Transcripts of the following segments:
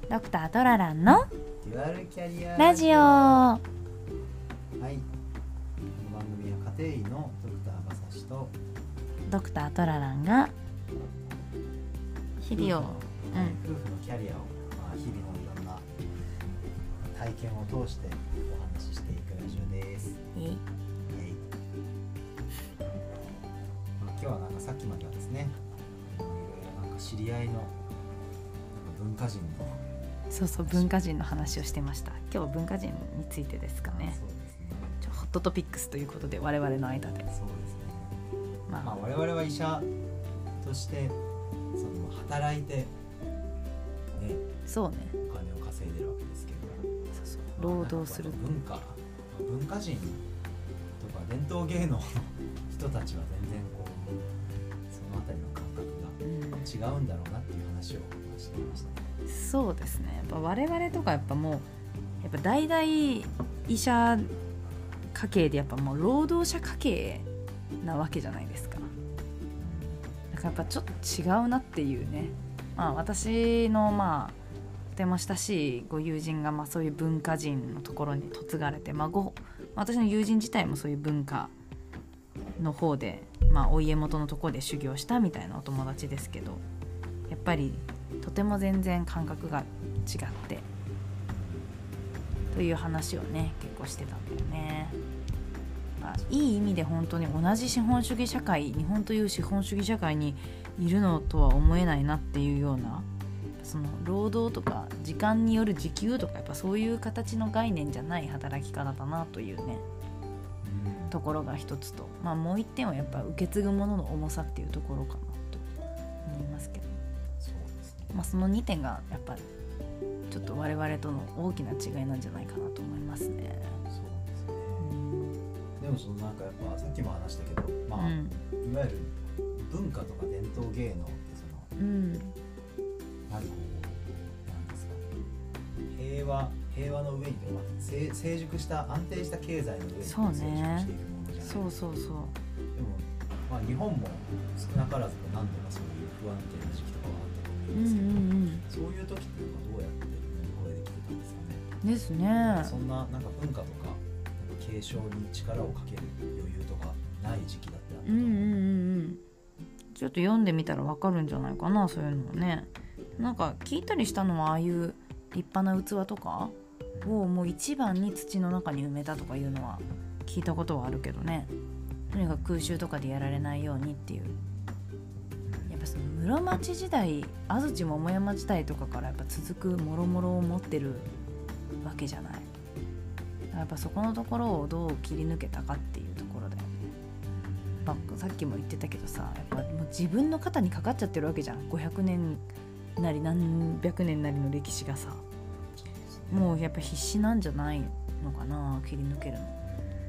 ドクタートラランのデュアルキャリアラジオ。 はい、この番組は家庭医のドクター馬刺しとドクタートラランが日々を、 夫婦のキャリアを、日々のいろんな体験を通してお話ししていくラジオです。今日はなんかさっきまではですね、いろいろなんか知り合いのなんか文化人のそう文化人の話をしてました。今日は文化人についてですかね。 そうですね。 ホットトピックスということで我々の間で。 そうですね。我々は医者としてその働いて、ね、 そうね。 お金を稼いでるわけですけど、 労働する文化人とか伝統芸能の人たちは全然こうそのあたりの感覚が違うんだろうなっていう話をしていましたね。 そうですね。やっぱ我々とかやっぱもうやっぱ代々医者家系でやっぱもう労働者家系なわけじゃないですか。だからやっぱちょっと違うなっていうね。私のとても親しいご友人がそういう文化人のところに嫁がれて、私の友人自体もそういう文化の方で、お家元のところで修行したみたいなお友達ですけど、やっぱりとても全然感覚が違ってという話をね結構してたんだよね。いい意味で本当に同じ資本主義社会、日本という資本主義社会にいるのとは思えないなっていうような、その労働とか時間による時給とかやっぱそういう形の概念じゃない働き方だなというねところが一つと、もう一点はやっぱ受け継ぐものの重さっていうところかなと思いますけど、 そうですね。 その2点がやっぱりちょっと我々との大きな違いなんじゃないかなと思いますね。 そうですね。でもそのなんかやっぱさっきも話したけど、いわゆる文化とか伝統芸能ってその、なんですか、平和の上に成熟した安定した経済の上に成熟していくものじゃないですか。 そうでも日本も少なからず何度かそういう不安定な時期とかはあったと思うんですけど、そういう時っていうのはどうやって乗り越えてきてたんですかね。 ですね。 そんななんか文化とか継承に力をかける余裕とかない時期だったら、 ちょっと読んでみたら分かるんじゃないかな、そういうのをね。なんか聞いたりしたのはああいう立派な器とかをもう一番に土の中に埋めたとかいうのは聞いたことはあるけどね。とにかく空襲とかでやられないようにっていう、やっぱその室町時代、安土桃山時代とかからやっぱ続くもろもろを持ってるわけじゃない。やっぱそこのところをどう切り抜けたかっていうところだよね。さっきも言ってたけどさ、やっぱもう自分の肩にかかっちゃってるわけじゃん。500年なり何百年なりの歴史がさ、もうやっぱ必死なんじゃないのかな、切り抜けるの。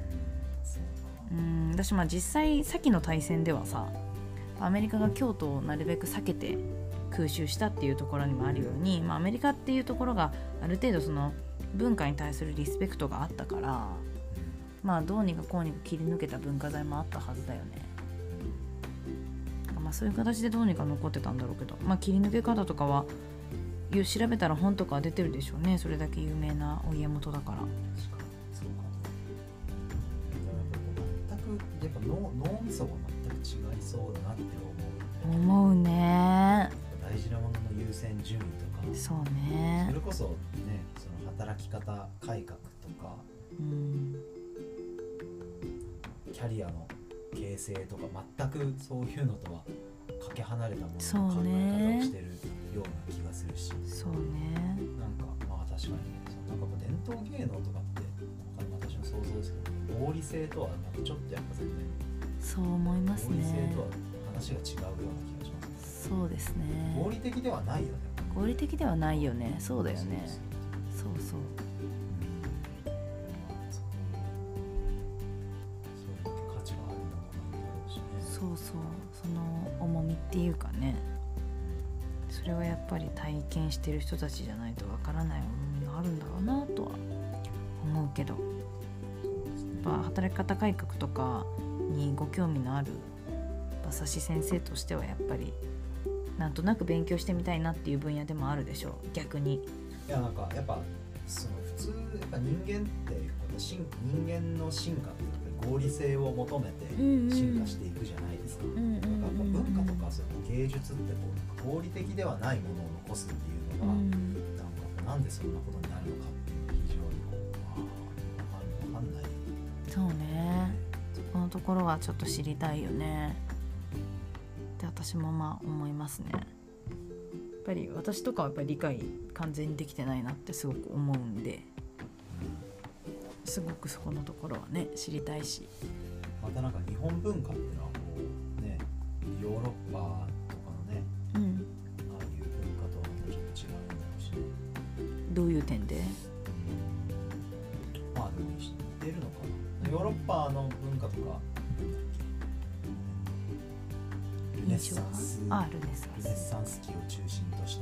私実際先の大戦ではさ、アメリカが京都をなるべく避けて空襲したっていうところにもあるように、アメリカっていうところがある程度その文化に対するリスペクトがあったから、どうにかこうにか切り抜けた文化財もあったはずだよね。そういう形でどうにか残ってたんだろうけど、切り抜け方とかは調べたら本とか出てるでしょうね。それだけ有名なお家元だから。 やっぱ脳みそが全く違いそうだなって思うね。 大事なものの優先順位とか、 そうね。 それこそね、その働き方改革とか、キャリアの形成とか全くそういうのとはかけ離れたものの考え方をしてるような気がするし、 そうね。 なんか確かになんか伝統芸能とかって私の想像ですけど、合理性とはちょっとやっぱ全然そう思いますね。 合理性とは話が違うような気がします。 そうですね。 合理的ではないよね。 合理的ではないよね。そうだよね。そうそういうだけ価値があるんだろうしね。 その重みっていうかね、それはやっぱり体験してる人たちじゃないとわからない重みがあるんだろうなとは思うけど、やっぱ働き方改革とかにご興味のある馬刺し先生としてはやっぱりなんとなく勉強してみたいなっていう分野でもあるでしょう。逆にいやなんかやっぱその普通やっぱ人間って人間の進化ってやっぱり合理性を求めて進化していくじゃないですか。なんかやっぱ文化とかその芸術ってこう合理的ではないものを残すっていうのが、なんでそんなことになるのかっていう非常に分かんない。 そうね、そこのところはちょっと知りたいよねって私もまあ思いますね。やっぱり私とかはやっぱり理解完全にできてないなってすごく思うんで、すごくそこのところはね知りたいし、 またなんか日本文化っていうのはこうねヨーロッパとかのね、ああいう文化とはまたちょっと違うんだろうしね。 どういう点で？ まあでも知ってるのかな。ヨーロッパの文化とかルネッサンス期を中心とした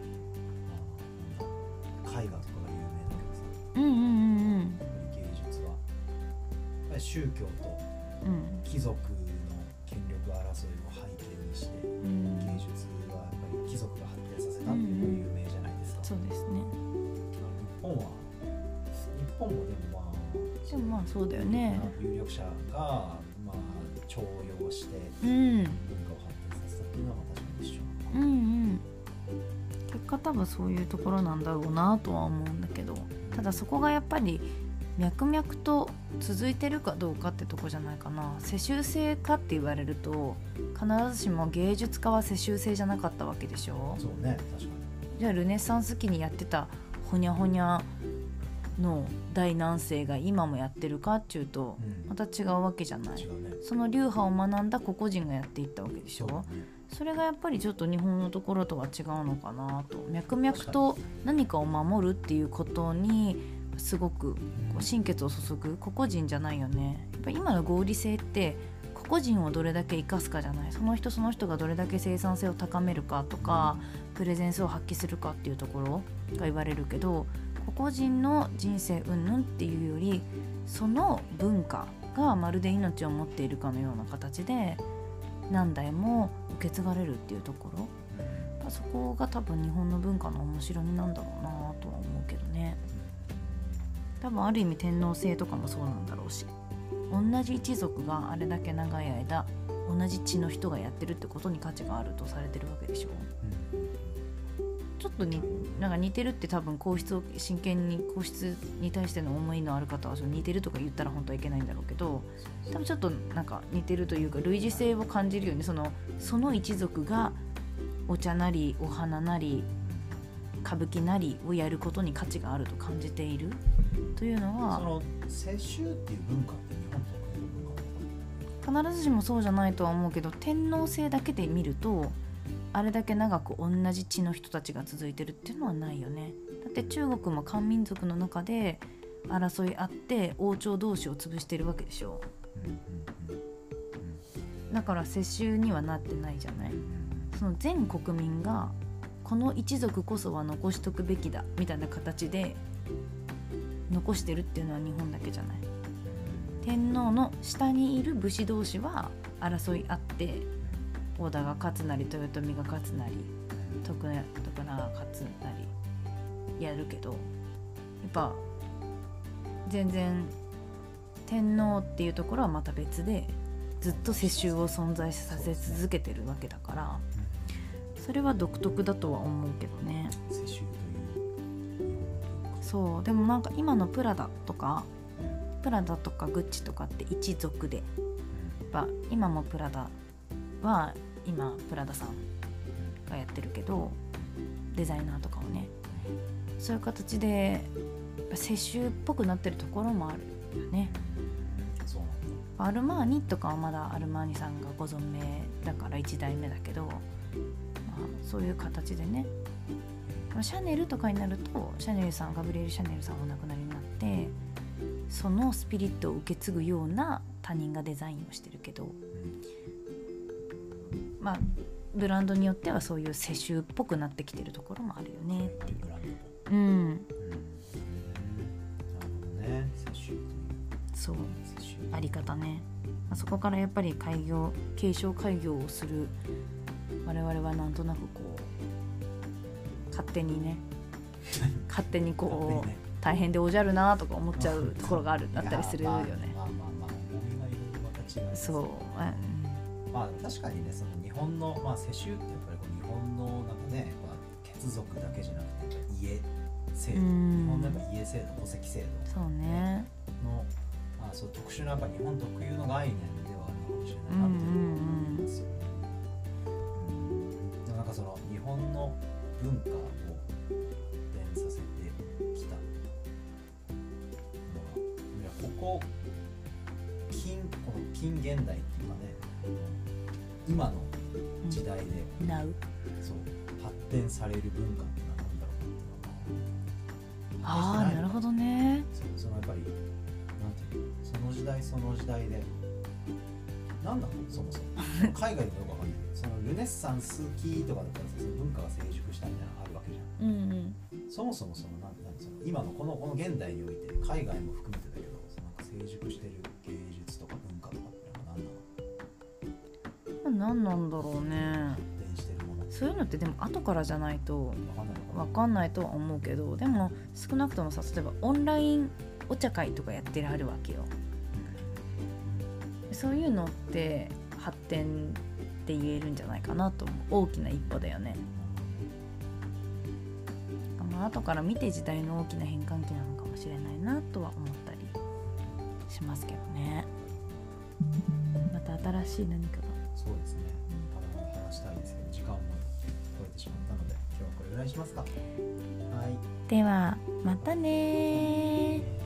絵画とかが有名だけどさ、芸術はやっぱり宗教と貴族の権力争いを背景にして、芸術はやっぱり貴族が発展させたっていうのが有名じゃないですか。 そうですね。 日本もでもまあそうだよね。 有力者が重用して文化を発展させたっていうのは確かに一緒なのか。 結果多分そういうところなんだろうなとは思うんだけど、ただそこがやっぱり脈々と続いてるかどうかってとこじゃないかな。世襲制かって言われると必ずしも芸術家は世襲制じゃなかったわけでしょ。 そうね、確かに。 じゃあルネッサンス期にやってたほにゃほにゃの大南西が今もやってるかっていうとまた違うわけじゃない、 違うね。 その流派を学んだ個々人がやっていったわけでしょ。それがやっぱりちょっと日本のところとは違うのかなと。脈々と何かを守るっていうことにすごくこう心血を注ぐ個々人じゃないよね。やっぱり今の合理性って個々人をどれだけ生かすかじゃない。その人その人がどれだけ生産性を高めるかとかプレゼンスを発揮するかっていうところが言われるけど、個々人の人生云々っていうよりその文化がまるで命を持っているかのような形で何代も受け継がれるっていうところ、そこが多分日本の文化の面白みなんだろうなとは思うけどね。多分ある意味天皇制とかもそうなんだろうし、同じ一族があれだけ長い間同じ血の人がやってるってことに価値があるとされてるわけでしょ。ちょっとなんか似てるって多分真剣に皇室に対しての思いのある方は似てるとか言ったら本当はいけないんだろうけど、多分ちょっとなんか似てるというか類似性を感じるよね。その一族がお茶なりお花なり歌舞伎なりをやることに価値があると感じているというのは、 その世襲っていう文化って日本特有の文化必ずしもそうじゃないとは思うけど、天皇制だけで見るとあれだけ長く同じ血の人たちが続いてるっていうのはないよね。だって中国も漢民族の中で争いあって王朝同士を潰してるわけでしょ。だから世襲にはなってないじゃない。その全国民がこの一族こそは残しとくべきだみたいな形で残してるっていうのは日本だけじゃない。天皇の下にいる武士同士は争いあって織田が勝つなり豊臣が勝つなり徳永が勝つなりやるけど、やっぱ全然天皇っていうところはまた別でずっと世襲を存在させ続けてるわけだから、それは独特だとは思うけどね。 世襲というそう。でもなんか今のプラダとかグッチとかって一族で、やっぱ今もプラダは今プラダさんがやってるけど、デザイナーとかをね、そういう形でやっぱ世襲っぽくなってるところもあるよね。アルマーニとかはまだアルマーニさんがご存命だから1代目だけど、そういう形でね。シャネルとかになるとガブリエル・シャネルさんお亡くなりになって、そのスピリットを受け継ぐような他人がデザインをしてるけど、ブランドによってはそういう世襲っぽくなってきてるところもあるよねっていう。 なるほどね。 世襲というそうあり方ね。そこからやっぱり継承開業をする我々はなんとなくこう勝手にね勝手にこう、 ね、 大変でおじゃるなとか思っちゃうところがあったりするよね。 まあそう、まあ確かにね、その日本の、まあ、世襲ってやっぱりこう日本のなんかね、まあ、血族だけじゃなくて家制度、日本のやっぱ家制度、戸籍制度、 そうねの、まあ、そう特殊なやっぱ日本特有の概念ではあるのかもしれないなって思いますよね。でもなんかその日本の文化を伝させてきたのが、この近現代っていうかね、今の時代で、そう発展される文化って何なんだろうっていうのが、 なるほどね。 そのやっぱりなんていうの、その時代その時代で何なのそもそも海外でもよくわかんないけど、そのルネッサンス期とかだったらその文化が成熟したみたいなのあるわけじゃん、そもそもそのその今のこの現代において海外も含めてだけど、そのなんか成熟してる芸術とか文化とかってのは何なんだろうね。そういうのってでも後からじゃないと分かんないとは思うけど、でも少なくともさ、例えばオンラインお茶会とかやってられるわけよ。そういうのって発展って言えるんじゃないかなと思う。大きな一歩だよね。まあ後から見て時代の大きな変換期なのかもしれないなとは思ったりしますけどね。また新しい何かが。 そうですね、まだまだ話したいですけど時間も超えてしまったので、今日はこれぐらいにしますか。はい、 ではまたね。